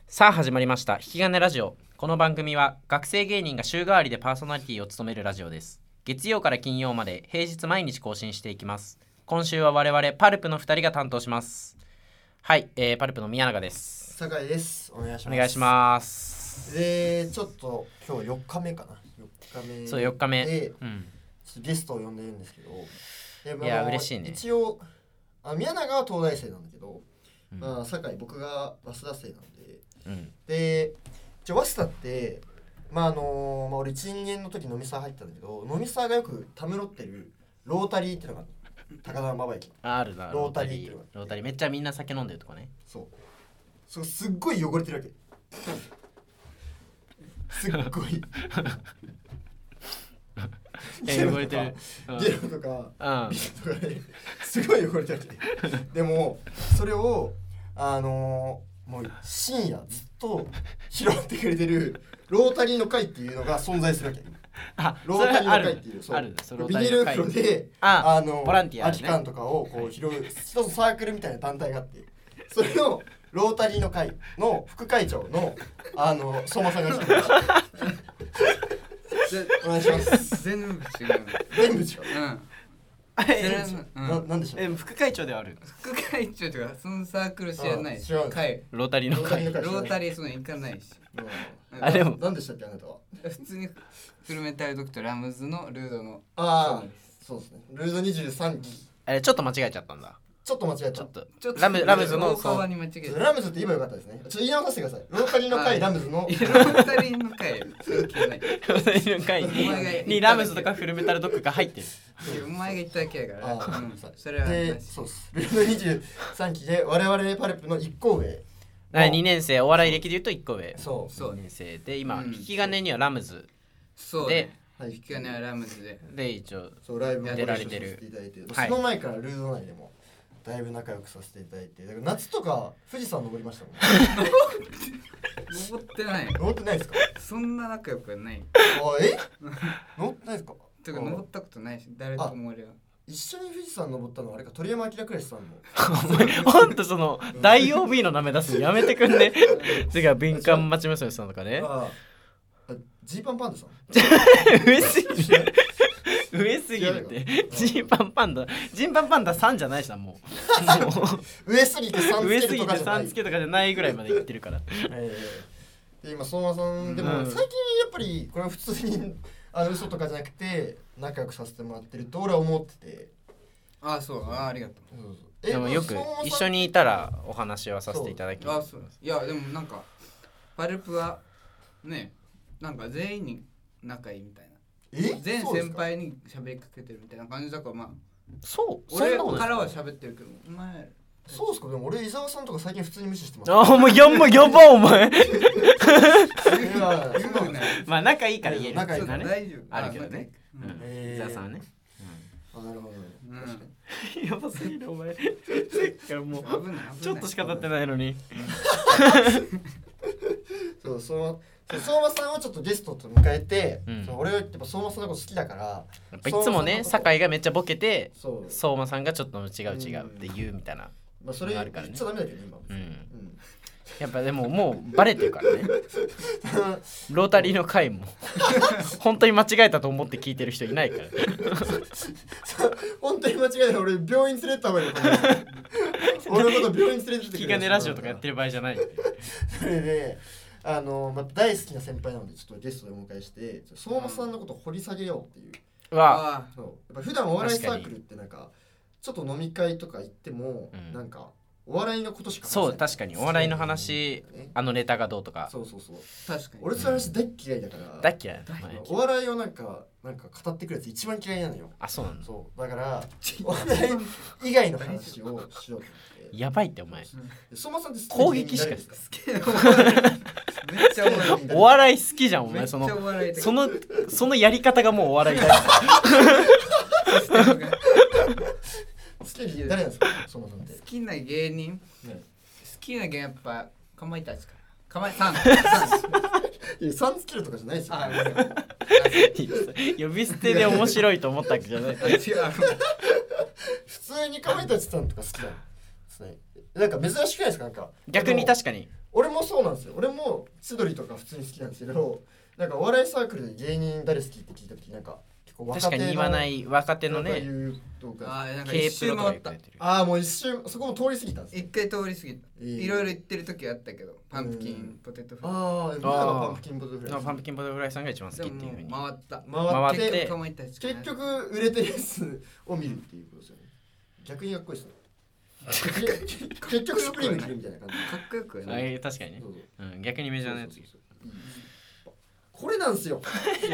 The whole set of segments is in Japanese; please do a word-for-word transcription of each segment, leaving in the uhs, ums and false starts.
さあ始まりました引き金ラジオ。この番組は学生芸人が週替わりでパーソナリティを務めるラジオです。月曜から金曜まで平日毎日更新していきます。今週は我々パルプのふたりが担当します。はい、えー、パルプの宮永です。 酒井です。お願いします。 お願いします。 でちょっと今日よっかめかなよっかめそうよっかめで、 うん、 ゲストを呼んでるんですけど、で、まあ、 いや嬉しいね。 一応あ宮永は東大生なんだけど、 うん、 まあ、酒井僕が早稲田生なんで、 うん、 で一応早稲田ってまああのーまあ、俺いち、にねんの時飲みサー入ったんだけど、飲みサーがよくたむろってるロータリーっていうのが高田馬場駅あるな。 ロータリーっていうのがロータリーめっちゃみんな酒飲んでるとこね。 そうそうすっごい汚れてるわけすっごいえ汚れてるゲロとか、 うん、 ビールとかねすごい汚れてるわけでもそれをあのー、もう深夜ずっと拾ってくれてるロータリーの会っていうのが存在するわけ。 あロータリーの会っていうそうあるあるビニール袋でああのボランティア、ね、 空き缶とかをこう拾う一つサークルみたいな団体があって、それをロータリーの会の副会長のあの相馬さんが来てましたお願いします。 全部違う全部違う。 うんえななんでしょう。 え副会長ではある。 副会長とかそのサークル知らないし、会ロータリーの会ロータリーその行かないし、 うん、あでも何でしたっけあなたは。 普通にフルメタルドクターラムズのルードのああそうですねルードにじゅうさんきえちょっと間違えちゃったんだ。 ちょっと間違えた。 ちょっとちょっとラムラムズの川に間違えた。 ラムズって言えばよかったですね。ちょっと言い直させてください。ロータリーの会ラムズのロータリーの会関係ない。 ロータリーの会ににラムズとかフルメタルドッグが入ってる。 お前が言っただけやから。 あうん、それはでそうです。ルードにじゅうさんきで我々パルプのいっこ上。 にねん生お笑い歴で言うといっこ上。 そうそうにねん生で今、 うん、 引き金にはラムズそうで、 はい、引き金はラムズでで一応そうライブも出られてる。 その前からルード内でもだいぶ仲良くさせていただいて、だから夏とか富士山登りましたもん。 登ってない登ってないですか。 そんな仲良くはないあえ登ってないですか。 てか登ったことないし誰とも俺は一緒に富士山登ったのはあれか鳥山明クラシさんのお前ほんとその大 オービー の名前出すのやめてくんね。次は敏感町娘さんとかね。 ジーパンパンダさん上すぎる上すぎるってジーパンパンダジーパンパンダさんじゃないしなもう上すぎてさんつけるとかじゃない上すぎてさんつけとかじゃないぐらいまで言ってるから、 えー、で今相馬さんでも、うん、最近やっぱりこれは普通にあの嘘とかじゃなくて仲良くさせてもらってると俺は思ってて。 ああそうあありがとう。 そうそうでもよく一緒にいたらお話はさせていただきます。 あそういやでもなんかパルプはねなんか全員に仲いいみたいな。 え全先輩に喋りかけてるみたいな感じだからまあそう俺からは喋ってるけどお前そうっすか。でも俺伊沢さんとか最近普通に無視してます。 ああもうやんまやばお前まあ仲いいから言える仲いいから大丈夫あるけどね。伊沢さんはね。 あなるほどね。 やばすぎるお前。もうちょっとしか経ってないのに。 そうそう相馬さんはちょっとゲストと迎えて、 うん、 俺はやっぱ相馬さんのこと好きだからやっぱいつもね酒井がめっちゃボケてそう相馬さんがちょっと違う違うって言うみたいな、 まあ、それ言っちゃダメだけど今、 うんうん、やっぱでももうバレてるからねロータリーの回も本当に間違えたと思って聞いてる人いないから本当に間違えたら俺病院連れてった方がいい俺のこと病院連れてってくれ。 気兼ねラジオとかやってる場合じゃないそれであの、まあ、大好きな先輩なのでちょっとゲストでお迎えして相馬さんのことを掘り下げようっていう、 うん、わそうやっぱ普段お笑いサークルってなんかちょっと飲み会とか行っても、うん、なんかお笑いのことしか話せない。 そう確かにお笑いの話、ね、あのネタがどうとかそうそうそう確かに俺その話大嫌いだから、 うん、大嫌いお笑いをなんかなんか語ってくるやつ一番嫌いなのよ。 あそうなの。 そうだからお笑い以外の話をしようと思ってやばいってお前相馬さんって攻撃しか好きめっちゃお笑いお笑い好きじゃんお前そのそのそのやり方がもうお笑いだよ好きな誰なんですか相馬さんって。 好きな芸人、ね、好きな芸人やっぱかまいたちかな。かまいさんさんつけるとかじゃないですよ。 呼び捨てで面白いと思ったわけじゃない普通にかまいたちさんとか好きなのなんか珍しくないですか。なんか逆に確かに俺もそうなんですよ。俺も千鳥とか普通に好きなんですけど、なんかお笑いサークルで芸人誰好きって聞いた時なんか結構若手の確かに言わない若手のね言うとかあーなんか K 一プロとか周回った言ってるああもう一瞬そこも通り過ぎたんですよ。 一回通り過ぎた、 えーいろいろ言ってる時あったけどパンプキンポテトフライああ、でもあーパンプキンポテトフライ。 パンプキンポテトフライさんが一番好きっていうふうにでももう回った回って回って結構回ったしかない結局売れてるやつを見るっていうことですよね。逆にかっこいいですね。結局スプリング着るみたいな感じ。 かっこよくはあないえ確かにねそうそううん逆にメジャーなやつそうそうそういいこれなんですよ。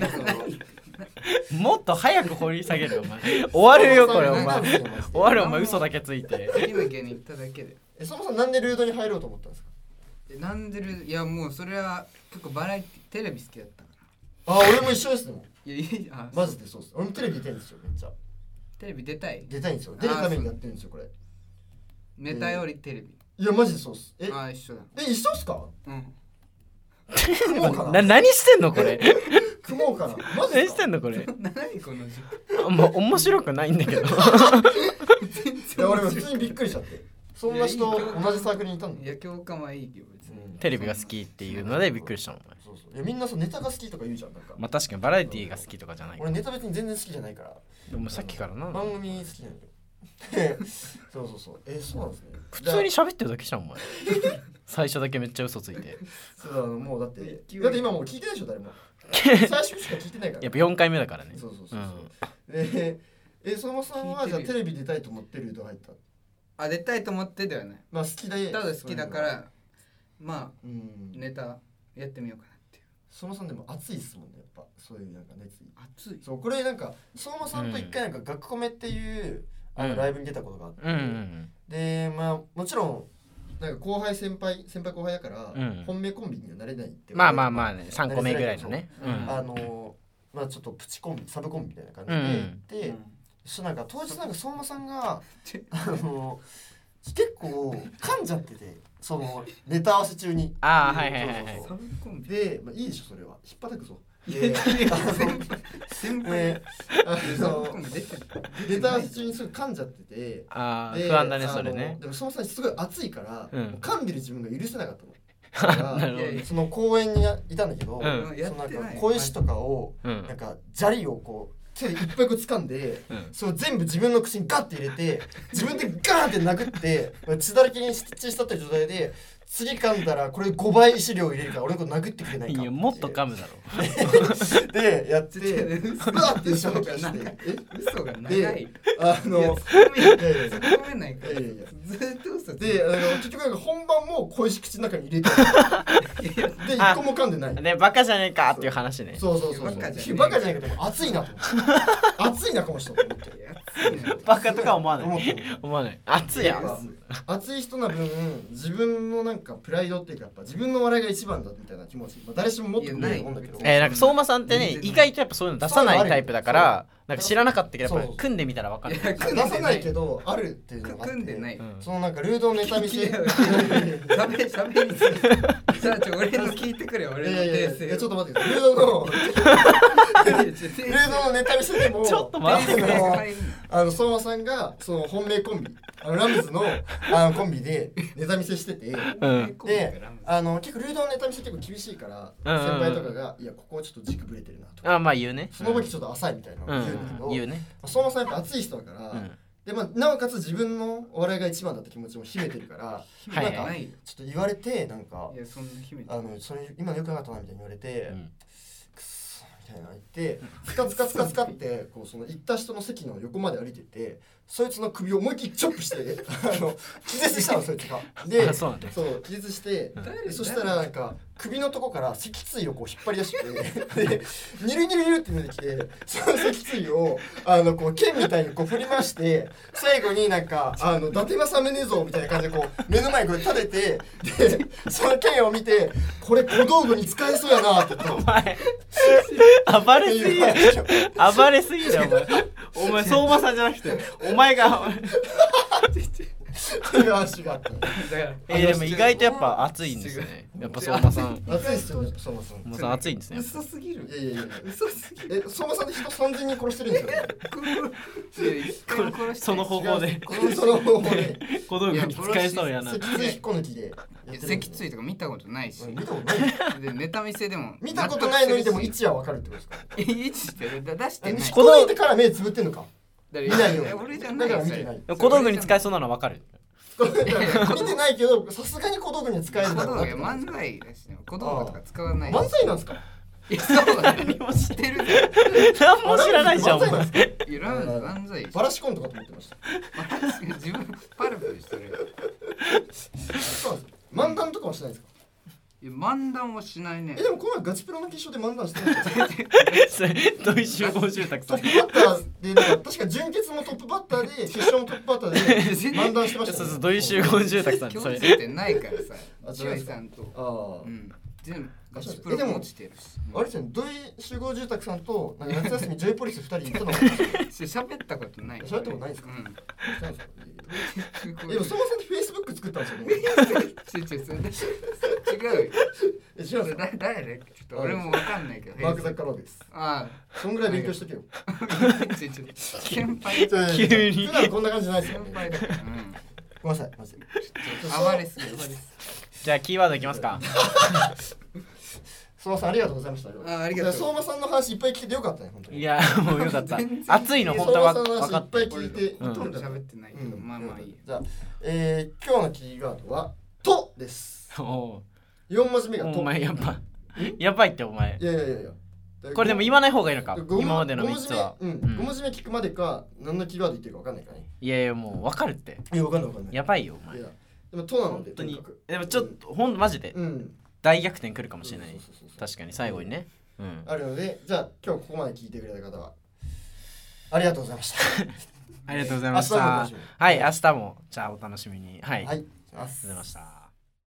もっと早く掘り下げるよお前終わるよこれお前なんですよマジで終わるお前嘘だけついて好きな芸人行っただけでえ、そもそもなんでルードに入ろうと思ったんですか。 えなんでるいやもうそれは結構バラエティテレビ好きだったかあー、俺も一緒ですね。もうらいやいやあマジでそうです。俺もテレビ出たいんですよ。めっちゃテレビ出たい出たいんですよ。出るためにやってるんですよこれ。 ネタよりテレビいやマジでそうっす。え、 ああ一緒だえ一緒っすか。 うん組もうかな。 な何してんのこれ組もうかな。マジ何ですか。 してんのこれ何この時あんま面白くないんだけどいや俺も普通にびっくりしちゃって。そんな人同じサークルにいたんだ。 いや共感はいいけど別にうんテレビが好きっていうのでびっくりしたのお前そうそう。いやみんなそうネタが好きとか言うじゃんなんか。 まあ確かにバラエティーが好きとかじゃない俺ネタ別に全然好きじゃないから。 でもさっきからな番組好きなんだよ。そうそうそう。え、そうなんですね。 普通に喋ってるだけじゃんお前最初だけめっちゃ嘘ついてそうあのもうだって急にだって今もう聞いてないでしょ誰も。最初しか聞いてないから。 やっぱよんかいめだからねそうそうそうそう。で、え、相馬さんはじゃあテレビ出たいと思ってルート入った。 あ出たいと思ってではないまあ好きで。 ただ好きだからまあうん。 ネタやってみようかなっていう相馬さんでも熱いっすもんねやっぱそういうなんか熱意。 熱いそうこれなんか相馬さんと一回なんか学コメっていうあうんのライブに出たことがあって。 うんうんでまあもちろんなんか後輩先輩先輩後輩だから、 うん本命コンビにはなれないってまあまあまあねさんこめぐらいのねそううんあのまあちょっとプチコンビサブコンビみたいな感じうんで、で、 うんそしたらなんか当日なんか相馬さんがあの結構噛んじゃっててそのネタ合わせ中にああはいはいはいはいそうそうサブコンビで、まあ、いいでしょそれは引っ叩くぞいやでいやいやあの先輩であサブコのンビ出てるネタ合わせ中にすぐ噛んじゃっててでああ不安だねあのそれねでも相馬さんすごい熱いから、 うんもう噛んでる自分が許せなかったのだかなるほどらねその公園にいたんだけど、 うんそのなんかやってない小石とかをうんなんか砂利をこう手でいっぱいこう掴んで、 うんそれを全部自分の口にガッて入れて自分でガーンって殴って血だらけに血したってる状態で次噛んだらこれごばい石量入れるから俺のこと殴ってくれないかいやもっと噛むだろでやって違ううわーって一緒にして嘘が長いえ嘘が長いであのいや突っ込めいやいやいや突っ込めないからいやいやいやずっと嘘ついてであの結局なんか本番も小石口の中に入れていやで一個も噛んでないねバカじゃねえかっていう話ねそうそうそうそうバカじゃねえバカじゃないけど熱いなと思って熱いなこの人と思っていや熱いなバカとか思わない思って思わない熱いやんやっぱ熱い人な分自分のなんかプライドっていうかやっぱ自分の笑いが一番だみたいな気持ち、まあ、誰しも持ってくれるもんだけどいやないえー、なんか相馬さんってね意外とやっぱそういうの出さないタイプだからなんか知らなかったけどやっぱり組んでみたら分かるいや出さないけどあるっていうのがあって組んでないうんそのなんかルードネタ見せいやいやしゃべしゃべりすぎじゃあちょ俺の聞いてくれ俺のいやいやいや訂正いやちょっと待ってルードのルードのネタ見せでもちょっと待ってあのあの相馬さんがその本命コンビあのラムズのあのコンビでネタ見せしててうんであの結構ルードのネタ見せ結構厳しいからうんうんうん先輩とかがいやここはちょっと軸ぶれてるなとかあまあ言うねその時ちょっと浅いみたいなのをうん言うんだけど、 言うね相馬さんやっぱ熱い人だから、 うんでまあ、なおかつ自分のお笑いが一番だって気持ちも秘めてるから、 はいなんかないよちょっと言われてなんかいやそんな秘めてあのそれ今のよくなかったなみたいに言われて、 うんくっそみたいなの言ってスカスカスカスカってこうその行った人の席の横まで歩いてってそいつの首を思いっきりチョップしてあの気絶したのそいつがであそうなんだそう気絶して、 うんでそしたらなんか首のとこから脊椎をこう引っ張り出してでニルニルニルって出てきてその脊椎をあのこう剣みたいにこう振り回して最後になんかあの伊達政宗像みたいな感じでこう目の前にこう立ててでその剣を見てこれ小道具に使えそうやなって言ってお前暴れすぎだよ暴れすぎだよお前お前相馬さんじゃなくてお前がっていう話があったね。 えー、でも意外とやっぱ熱いんですね。やっぱ相馬さん熱いっすよね、相馬さん。 相馬さん熱いんですね。 嘘すぎる。 いやいやいや嘘すぎる。 え、相馬さんって人さんぜんにん殺してるんですよね。 これその方法でその方法で小道具に使えそうやな。 脊椎引っこ抜きでやってるんですね。 脊椎とか見たことないし、 見たことないでネタ見せでも見たことないのにでも位置は分かるってことですか。 位置して出してない。 引っこ抜いてから目つぶってんのか。見ないように。 俺じゃないだから見てない。 小道具に使えそうなのは分かる。 見てないけど、さすがに小道具には使えるだろうなって。 漫才だしね。小道具とか使わない。 漫才なんですか。 いや、そうだ。何も知ってるじゃん。何も知らないじゃん。お前。 いや、漫才。 バラシコンとかと思ってました。 自分パルプでしたね。 そうなんです。漫談とかはしないですか。 いや、漫談はしないね。 え、でもこの前ガチプロの決勝で漫談してましたよ。 土井集合住宅さん。 トップバッターでなんか確か準決もトップバッターで決勝もトップバッターで漫談してましたそうね。 そう土井集合住宅さん。 共それ通点ないからさ。 あ土井さんと。 ああ。 うん。全部ガチプロも落ちてるし。 あれですね、土井集合住宅さんとなんか夏休みジョイポリスふたり行ったのが喋ったことない。 喋ったことないですか。 うん。 したんですか。え、でも相馬さんってフェイスブック作ったんですよね。 違う違う違う。 え、違うんですか。 だ誰ちょっと俺もわかんないけど。 マーク・ザッカーバーグです。 あそんぐらい勉強しとけよ。 あ。先輩。 急に普段こんな感じじゃないですよね。 先輩だから。うん。 ごめんなさい、マジで。 暴れすぎ。暴れすぎ。 じゃあキーワードいきますか。 相馬さんありがとうございました。 あ、ありがとう。 相馬さんの話いっぱい聞けてよかったね、本当に。 いやもうよかった全然。 熱いの本当は相馬さんの分かっ話いっぱい聞いて。 うんほとんど喋ってないけど、まあまあいい。 じゃあ、えー、今日のキーワードはとです。 およん文字目がと。 お前やっぱやばいってお前。 いやいやいやいや。 これでも言わない方がいいのか。 ご今までのみっつは。 ご文字目、うん、ご文字目聞くまでか何のキーワード言ってるか分かんないからね。 いやいやもう分かるって。 いや分かんない分かんない。 やばいよお前。 いやでもとなので本当にとにかく。 でもちょっとほんマジでうん。 大逆転来るかもしれないそうそうそうそう。 確かに最後にね。うん。 あるので、じゃあ今日ここまで聞いてくれた方はありがとうございました。 ありがとうございました。 明日もお楽しみにはい明日もじゃあお楽しみに。はい。ありがとうはい。しますございました。